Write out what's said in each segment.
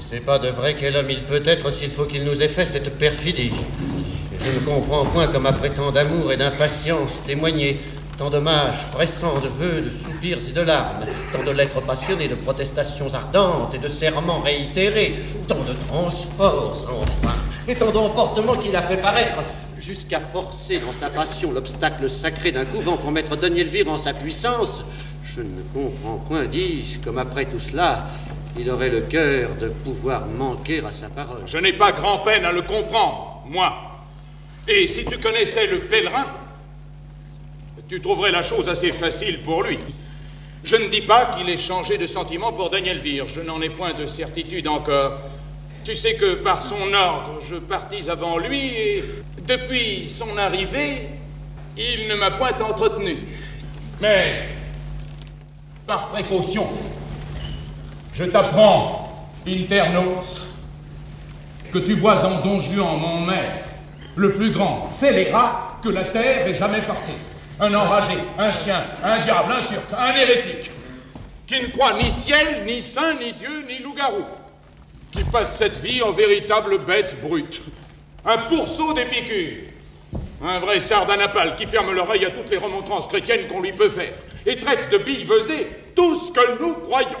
Je sais pas de vrai quel homme il peut être s'il faut qu'il nous ait fait cette perfidie. Je ne comprends point comme après tant d'amour et d'impatience témoignée, tant d'hommages pressants, de vœux, de soupirs et de larmes, tant de lettres passionnées, de protestations ardentes et de serments réitérés, tant de transports enfin, et tant d'emportements qu'il a fait paraître, jusqu'à forcer dans sa passion l'obstacle sacré d'un couvent pour mettre Don Elvire en sa puissance. Je ne comprends point, dis-je, comme après tout cela, il aurait le cœur de pouvoir manquer à sa parole. Je n'ai pas grand-peine à le comprendre, moi. Et si tu connaissais le pèlerin, tu trouverais la chose assez facile pour lui. Je ne dis pas qu'il ait changé de sentiment pour Don Elvire, je n'en ai point de certitude encore. Tu sais que par son ordre, je partis avant lui et depuis son arrivée, il ne m'a point entretenu. Mais, par précaution, je t'apprends, Internos, que tu vois en Don Juan, mon maître, le plus grand scélérat que la terre ait jamais porté. Un enragé, un chien, un diable, un turc, un hérétique, qui ne croit ni ciel, ni saint, ni Dieu, ni loup-garou, qui passe cette vie en véritable bête brute, un pourceau d'Épicure, un vrai sardanapale qui ferme l'oreille à toutes les remontrances chrétiennes qu'on lui peut faire, et traite de billevesées tout ce que nous croyons.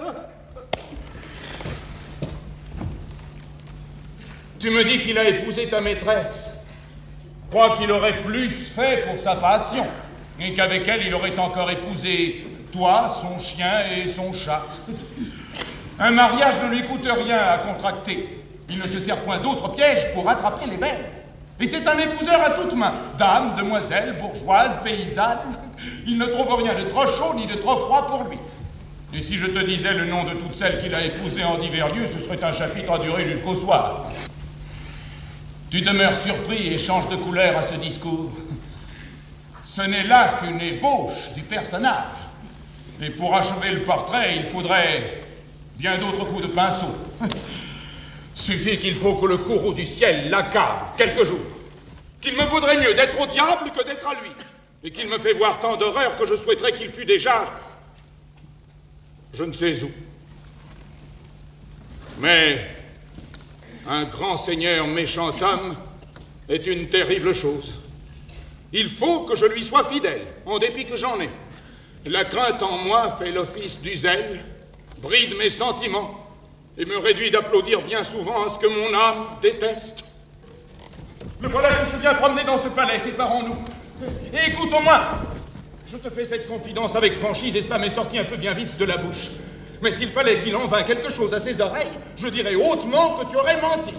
Tu me dis qu'il a épousé ta maîtresse. Je crois qu'il aurait plus fait pour sa passion, et qu'avec elle, il aurait encore épousé toi, son chien et son chat. Un mariage ne lui coûte rien à contracter. Il ne se sert point d'autres pièges pour attraper les belles. Et c'est un épouseur à toutes mains. Dames, demoiselles, bourgeoises, paysannes. Il ne trouve rien de trop chaud ni de trop froid pour lui. Et si je te disais le nom de toutes celles qu'il a épousées en divers lieux, ce serait un chapitre à durer jusqu'au soir. Tu demeures surpris et changes de couleur à ce discours. Ce n'est là qu'une ébauche du personnage. Et pour achever le portrait, il faudrait bien d'autres coups de pinceau. Suffit qu'il faut que le courroux du ciel l'accable quelques jours. Qu'il me vaudrait mieux d'être au diable que d'être à lui. Et qu'il me fait voir tant d'horreurs que je souhaiterais qu'il fût déjà... je ne sais où. Mais un grand seigneur méchant homme est une terrible chose. Il faut que je lui sois fidèle, en dépit que j'en ai. La crainte en moi fait l'office du zèle, bride mes sentiments et me réduit d'applaudir bien souvent à ce que mon âme déteste. Le voilà qui se vient promener dans ce palais, séparons-nous. Et écoute au moins, je te fais cette confidence avec franchise et cela m'est sorti un peu bien vite de la bouche. Mais s'il fallait qu'il en vînt quelque chose à ses oreilles, je dirais hautement que tu aurais menti.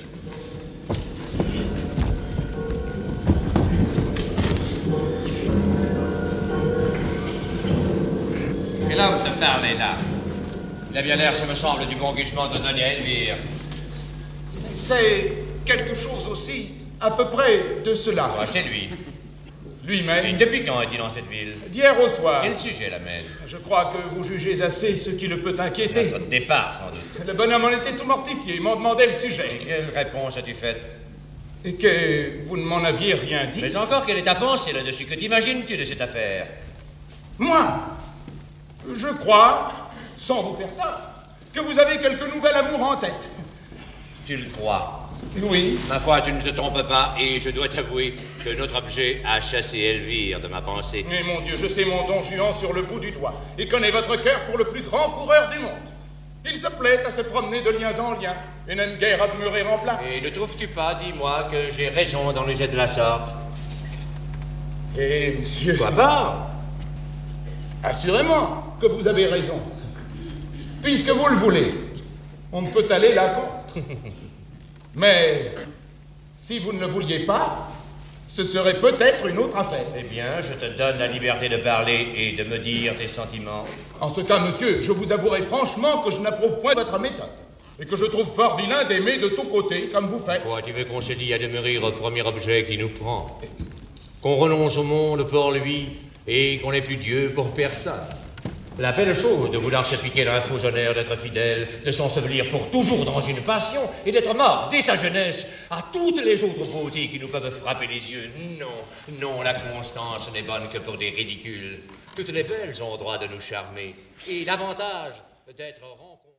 Quel homme te parlait là? Il a bien l'air, ce me semble, du bon Gusman de Don Elvire. C'est quelque chose aussi, à peu près de cela. Ouais, c'est lui. Lui-même. Et depuis quand est-il dans cette ville? D'hier au soir. Quel sujet l'amène? Je crois que vous jugez assez ce qui le peut inquiéter. Notre départ, sans doute. Le bonhomme en était tout mortifié, il m'en demandait le sujet. Et quelle réponse as-tu faite? Et que vous ne m'en aviez rien dit. Mais encore, quelle est ta pensée là-dessus? Que t'imagines-tu de cette affaire? Moi, je crois, sans vous faire tort, que vous avez quelque nouvel amour en tête. Tu le crois? Oui. Ma foi, tu ne te trompes pas, et je dois t'avouer que notre objet a chassé Elvire de ma pensée. Mais mon Dieu, je sais mon Don Juan sur le bout du doigt, et connais votre cœur pour le plus grand coureur des mondes. Il se plaît à se promener de liens en liens, et n'aime guère à demeurer en place. Et ne trouves-tu pas, dis-moi, que j'ai raison dans le jet de la sorte? Eh, monsieur... Quoi pas? Assurément que vous avez raison. Puisque vous le voulez, on ne peut aller là contre. Mais si vous ne le vouliez pas, ce serait peut-être une autre affaire. Eh bien, je te donne la liberté de parler et de me dire tes sentiments. En ce cas, monsieur, je vous avouerai franchement que je n'approuve point votre méthode. Et que je trouve fort vilain d'aimer de tous côtés, comme vous faites. Quoi, tu veux qu'on se lie à demeurer au premier objet qui nous prend? Qu'on renonce au monde pour lui et qu'on n'ait plus Dieu pour personne? La belle chose de vouloir se piquer d'un faux honneur d'être fidèle, de s'ensevelir pour toujours dans une passion et d'être mort dès sa jeunesse à toutes les autres beautés qui nous peuvent frapper les yeux. Non, non, la constance n'est bonne que pour des ridicules. Toutes les belles ont droit de nous charmer. Et l'avantage d'être rencontrées...